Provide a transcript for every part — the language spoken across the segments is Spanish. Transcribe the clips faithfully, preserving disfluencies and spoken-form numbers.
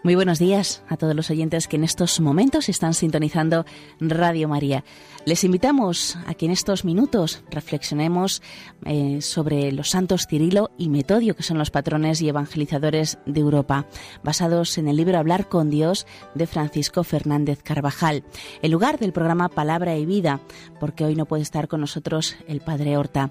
Muy buenos días a todos los oyentes que en estos momentos están sintonizando Radio María. Les invitamos a que en estos minutos reflexionemos eh, sobre los santos Cirilo y Metodio, que son los patrones y evangelizadores de Europa, basados en el libro Hablar con Dios de Francisco Fernández Carvajal, en lugar del programa Palabra y Vida, porque hoy no puede estar con nosotros el Padre Horta.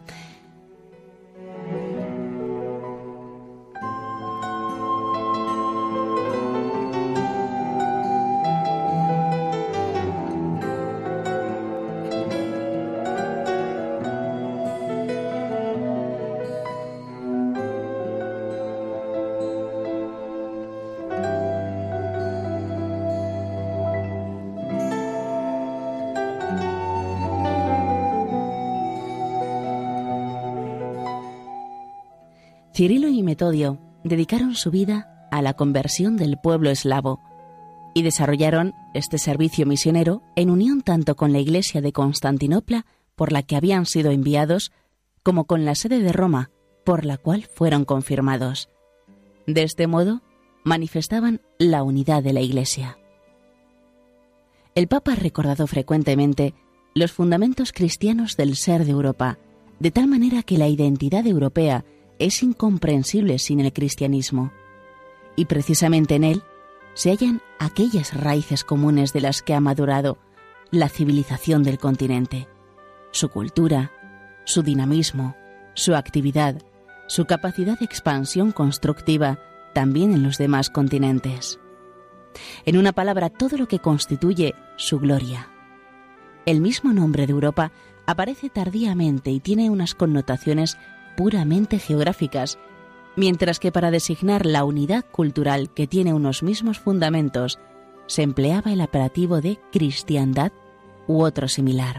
Cirilo y Metodio dedicaron su vida a la conversión del pueblo eslavo y desarrollaron este servicio misionero en unión tanto con la Iglesia de Constantinopla, por la que habían sido enviados, como con la sede de Roma, por la cual fueron confirmados. De este modo, manifestaban la unidad de la Iglesia. El Papa ha recordado frecuentemente los fundamentos cristianos del ser de Europa, de tal manera que la identidad europea es incomprensible sin el cristianismo, y precisamente en él se hallan aquellas raíces comunes de las que ha madurado la civilización del continente, su cultura, su dinamismo, su actividad, su capacidad de expansión constructiva también en los demás continentes. En una palabra, todo lo que constituye su gloria. El mismo nombre de Europa aparece tardíamente y tiene unas connotaciones puramente geográficas, mientras que para designar la unidad cultural que tiene unos mismos fundamentos se empleaba el apelativo de cristiandad u otro similar.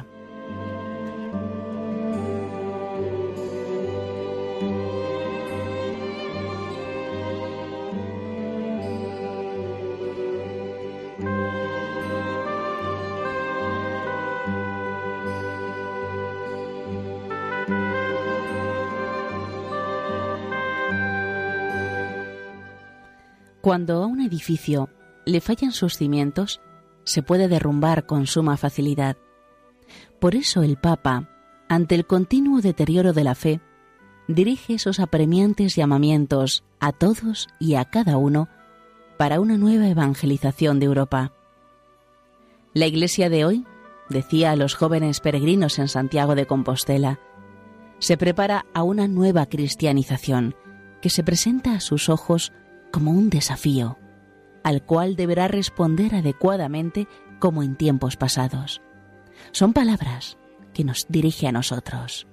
Cuando a un edificio le fallan sus cimientos, se puede derrumbar con suma facilidad. Por eso el Papa, ante el continuo deterioro de la fe, dirige esos apremiantes llamamientos a todos y a cada uno para una nueva evangelización de Europa. La Iglesia de hoy, decía a los jóvenes peregrinos en Santiago de Compostela, se prepara a una nueva cristianización que se presenta a sus ojos como un desafío, al cual deberá responder adecuadamente como en tiempos pasados. Son palabras que nos dirige a nosotros.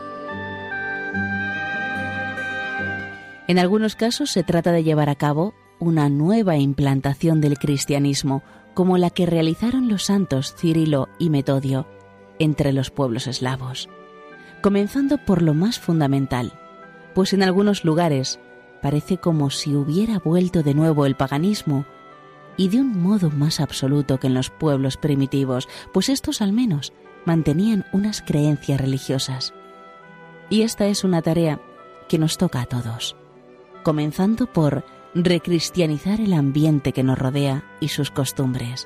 En algunos casos se trata de llevar a cabo una nueva implantación del cristianismo, como la que realizaron los santos Cirilo y Metodio entre los pueblos eslavos, comenzando por lo más fundamental, pues en algunos lugares parece como si hubiera vuelto de nuevo el paganismo, y de un modo más absoluto que en los pueblos primitivos, pues estos al menos mantenían unas creencias religiosas. Y esta es una tarea que nos toca a todos, comenzando por recristianizar el ambiente que nos rodea y sus costumbres.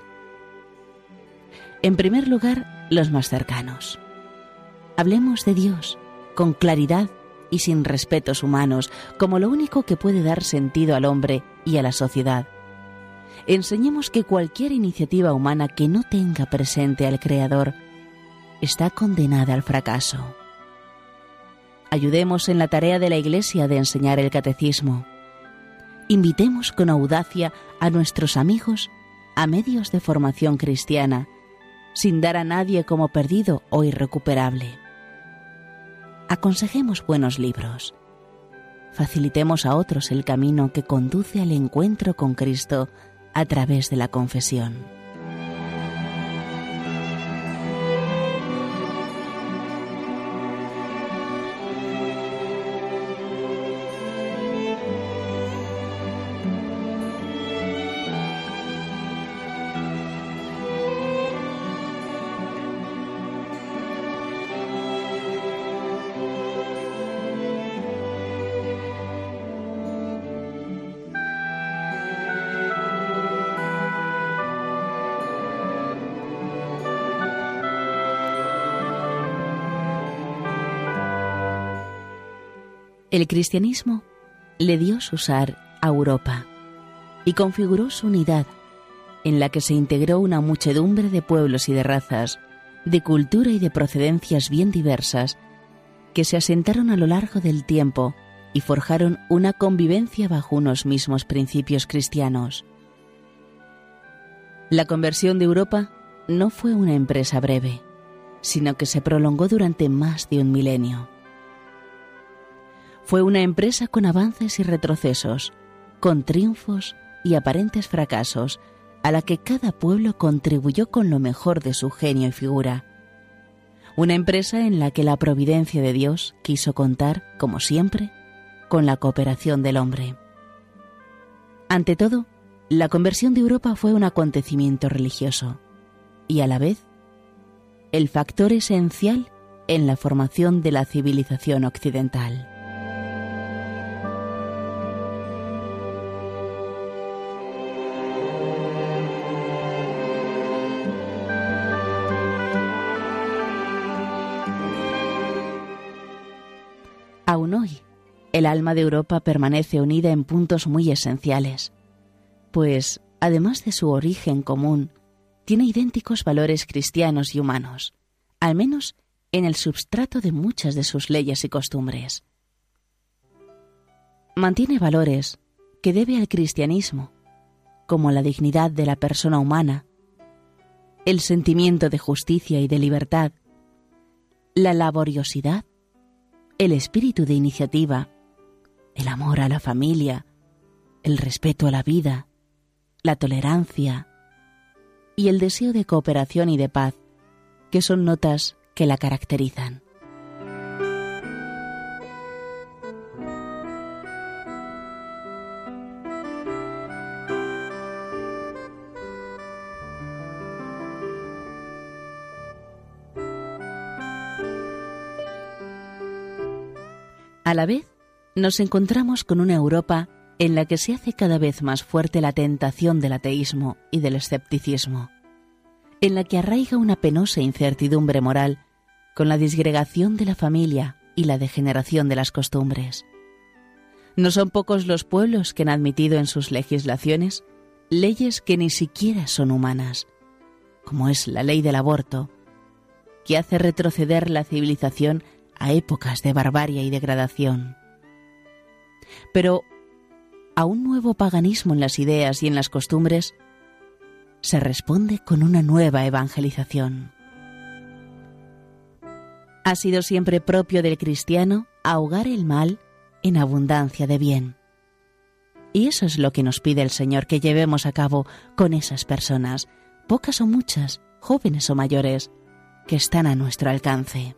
En primer lugar, los más cercanos. Hablemos de Dios con claridad y sin respetos humanos, como lo único que puede dar sentido al hombre y a la sociedad. Enseñemos que cualquier iniciativa humana que no tenga presente al Creador está condenada al fracaso. Ayudemos en la tarea de la Iglesia de enseñar el catecismo. Invitemos con audacia a nuestros amigos a medios de formación cristiana, sin dar a nadie como perdido o irrecuperable. Aconsejemos buenos libros. Facilitemos a otros el camino que conduce al encuentro con Cristo a través de la confesión. El cristianismo le dio su sar a Europa y configuró su unidad, en la que se integró una muchedumbre de pueblos y de razas, de cultura y de procedencias bien diversas, que se asentaron a lo largo del tiempo y forjaron una convivencia bajo unos mismos principios cristianos. La conversión de Europa no fue una empresa breve, sino que se prolongó durante más de un milenio. Fue una empresa con avances y retrocesos, con triunfos y aparentes fracasos, a la que cada pueblo contribuyó con lo mejor de su genio y figura. Una empresa en la que la providencia de Dios quiso contar, como siempre, con la cooperación del hombre. Ante todo, la conversión de Europa fue un acontecimiento religioso y, a la vez, el factor esencial en la formación de la civilización occidental. Aún hoy, el alma de Europa permanece unida en puntos muy esenciales, pues, además de su origen común, tiene idénticos valores cristianos y humanos, al menos en el substrato de muchas de sus leyes y costumbres. Mantiene valores que debe al cristianismo, como la dignidad de la persona humana, el sentimiento de justicia y de libertad, la laboriosidad, el espíritu de iniciativa, el amor a la familia, el respeto a la vida, la tolerancia y el deseo de cooperación y de paz, que son notas que la caracterizan. A la vez, nos encontramos con una Europa en la que se hace cada vez más fuerte la tentación del ateísmo y del escepticismo, en la que arraiga una penosa incertidumbre moral con la disgregación de la familia y la degeneración de las costumbres. No son pocos los pueblos que han admitido en sus legislaciones leyes que ni siquiera son humanas, como es la ley del aborto, que hace retroceder la civilización a épocas de barbarie y degradación. Pero a un nuevo paganismo en las ideas y en las costumbres se responde con una nueva evangelización. Ha sido siempre propio del cristiano ahogar el mal en abundancia de bien. Y eso es lo que nos pide el Señor que llevemos a cabo con esas personas, pocas o muchas, jóvenes o mayores, que están a nuestro alcance.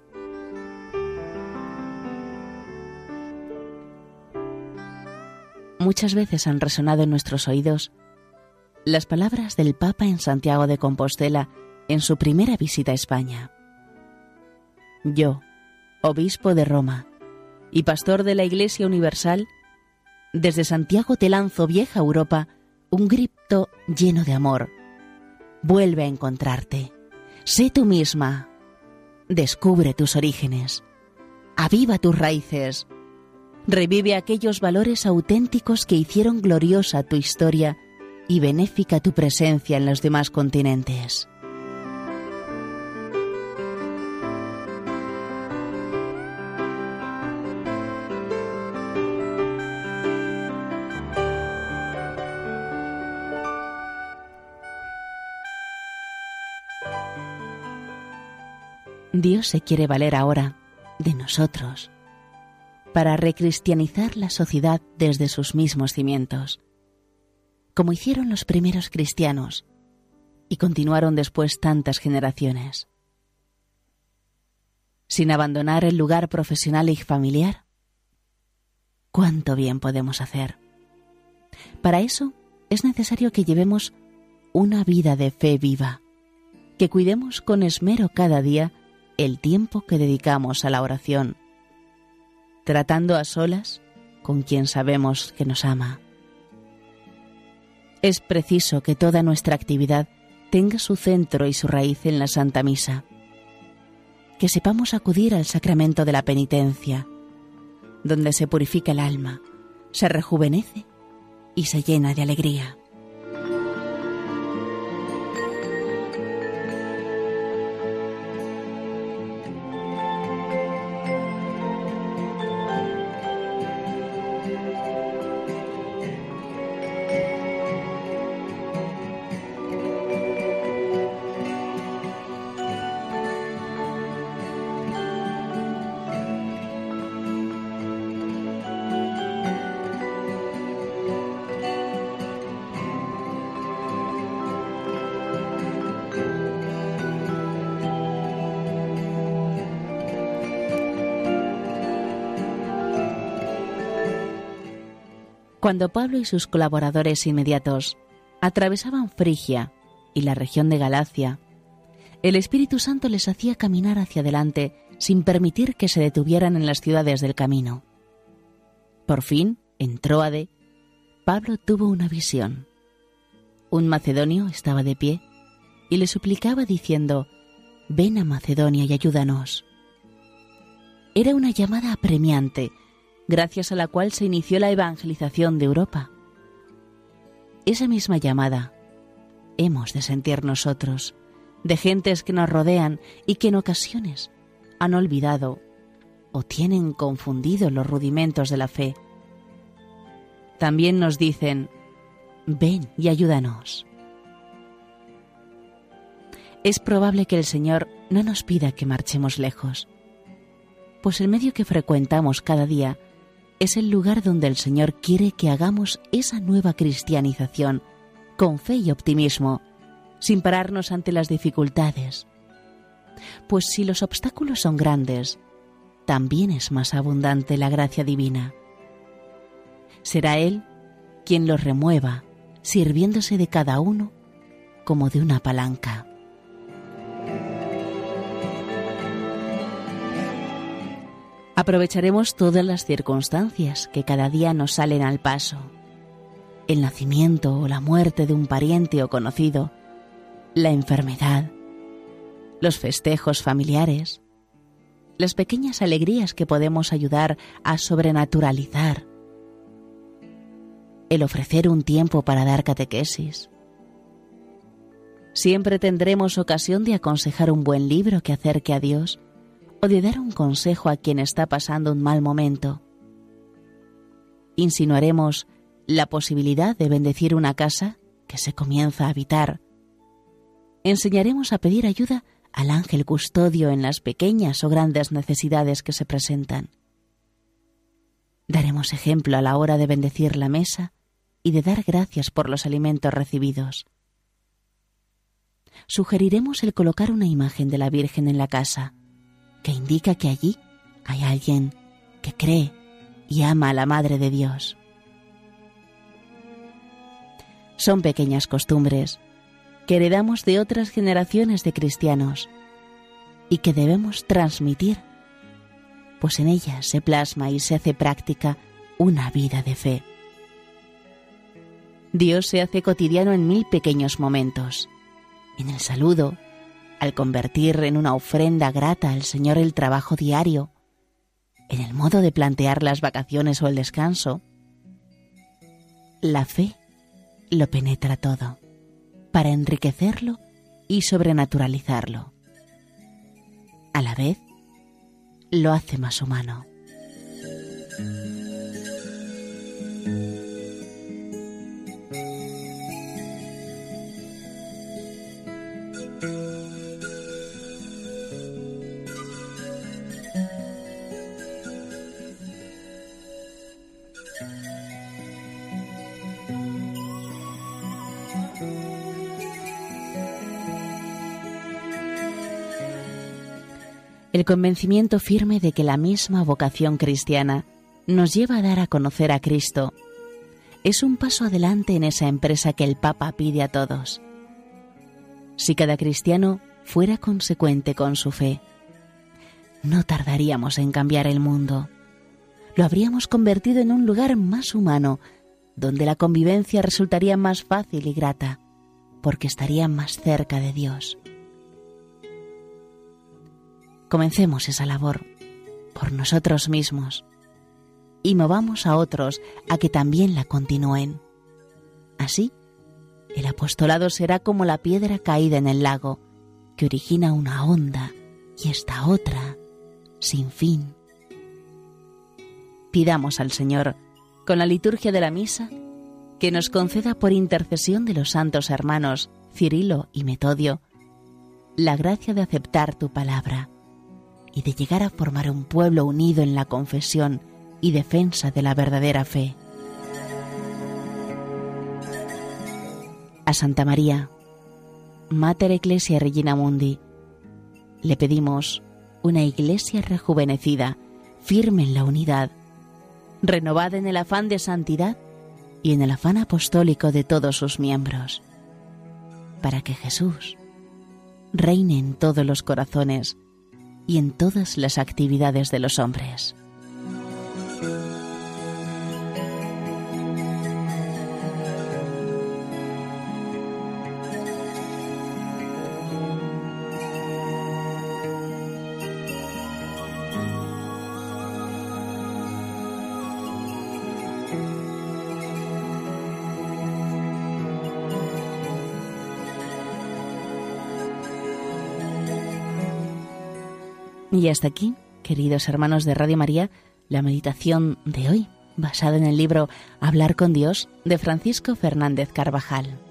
Muchas veces han resonado en nuestros oídos las palabras del Papa en Santiago de Compostela en su primera visita a España. Yo, obispo de Roma y pastor de la Iglesia Universal, desde Santiago te lanzo, vieja Europa, un grito lleno de amor. Vuelve a encontrarte. Sé tú misma. Descubre tus orígenes. Aviva tus raíces. Revive aquellos valores auténticos que hicieron gloriosa tu historia y benéfica tu presencia en los demás continentes. Dios se quiere valer ahora de nosotros para recristianizar la sociedad desde sus mismos cimientos, como hicieron los primeros cristianos y continuaron después tantas generaciones. Sin abandonar el lugar profesional y familiar, ¿cuánto bien podemos hacer? Para eso es necesario que llevemos una vida de fe viva, que cuidemos con esmero cada día el tiempo que dedicamos a la oración, tratando a solas con quien sabemos que nos ama. Es preciso que toda nuestra actividad tenga su centro y su raíz en la Santa Misa, que sepamos acudir al sacramento de la penitencia, donde se purifica el alma, se rejuvenece y se llena de alegría. Cuando Pablo y sus colaboradores inmediatos atravesaban Frigia y la región de Galacia, el Espíritu Santo les hacía caminar hacia adelante sin permitir que se detuvieran en las ciudades del camino. Por fin, en Tróade, Pablo tuvo una visión. Un macedonio estaba de pie y le suplicaba diciendo: «Ven a Macedonia y ayúdanos». Era una llamada apremiante, gracias a la cual se inició la evangelización de Europa. Esa misma llamada hemos de sentir nosotros, de gentes que nos rodean y que en ocasiones han olvidado o tienen confundido los rudimentos de la fe. También nos dicen: «Ven y ayúdanos». Es probable que el Señor no nos pida que marchemos lejos, pues el medio que frecuentamos cada día es el lugar donde el Señor quiere que hagamos esa nueva cristianización con fe y optimismo, sin pararnos ante las dificultades. Pues si los obstáculos son grandes, también es más abundante la gracia divina. Será Él quien los remueva, sirviéndose de cada uno como de una palanca. Aprovecharemos todas las circunstancias que cada día nos salen al paso. El nacimiento o la muerte de un pariente o conocido, la enfermedad, los festejos familiares, las pequeñas alegrías que podemos ayudar a sobrenaturalizar, el ofrecer un tiempo para dar catequesis. Siempre tendremos ocasión de aconsejar un buen libro que acerque a Dios, o de dar un consejo a quien está pasando un mal momento. Insinuaremos la posibilidad de bendecir una casa que se comienza a habitar. Enseñaremos a pedir ayuda al ángel custodio en las pequeñas o grandes necesidades que se presentan. Daremos ejemplo a la hora de bendecir la mesa y de dar gracias por los alimentos recibidos. Sugeriremos el colocar una imagen de la Virgen en la casa, que indica que allí hay alguien que cree y ama a la Madre de Dios. Son pequeñas costumbres que heredamos de otras generaciones de cristianos y que debemos transmitir, pues en ellas se plasma y se hace práctica una vida de fe. Dios se hace cotidiano en mil pequeños momentos, en el saludo, al convertir en una ofrenda grata al Señor el trabajo diario, en el modo de plantear las vacaciones o el descanso. La fe lo penetra todo, para enriquecerlo y sobrenaturalizarlo. A la vez, lo hace más humano. El convencimiento firme de que la misma vocación cristiana nos lleva a dar a conocer a Cristo es un paso adelante en esa empresa que el Papa pide a todos. Si cada cristiano fuera consecuente con su fe, no tardaríamos en cambiar el mundo. Lo habríamos convertido en un lugar más humano, donde la convivencia resultaría más fácil y grata, porque estaría más cerca de Dios. Comencemos esa labor por nosotros mismos, y movamos a otros a que también la continúen. Así, el apostolado será como la piedra caída en el lago, que origina una onda y esta otra, sin fin. Pidamos al Señor, con la liturgia de la misa, que nos conceda por intercesión de los santos hermanos Cirilo y Metodio, la gracia de aceptar tu palabra y de llegar a formar un pueblo unido en la confesión y defensa de la verdadera fe. A Santa María, Mater Ecclesiae Regina Mundi, le pedimos una iglesia rejuvenecida, firme en la unidad, renovada en el afán de santidad y en el afán apostólico de todos sus miembros, para que Jesús reine en todos los corazones y en todas las actividades de los hombres. Y hasta aquí, queridos hermanos de Radio María, la meditación de hoy, basada en el libro Hablar con Dios de Francisco Fernández Carvajal.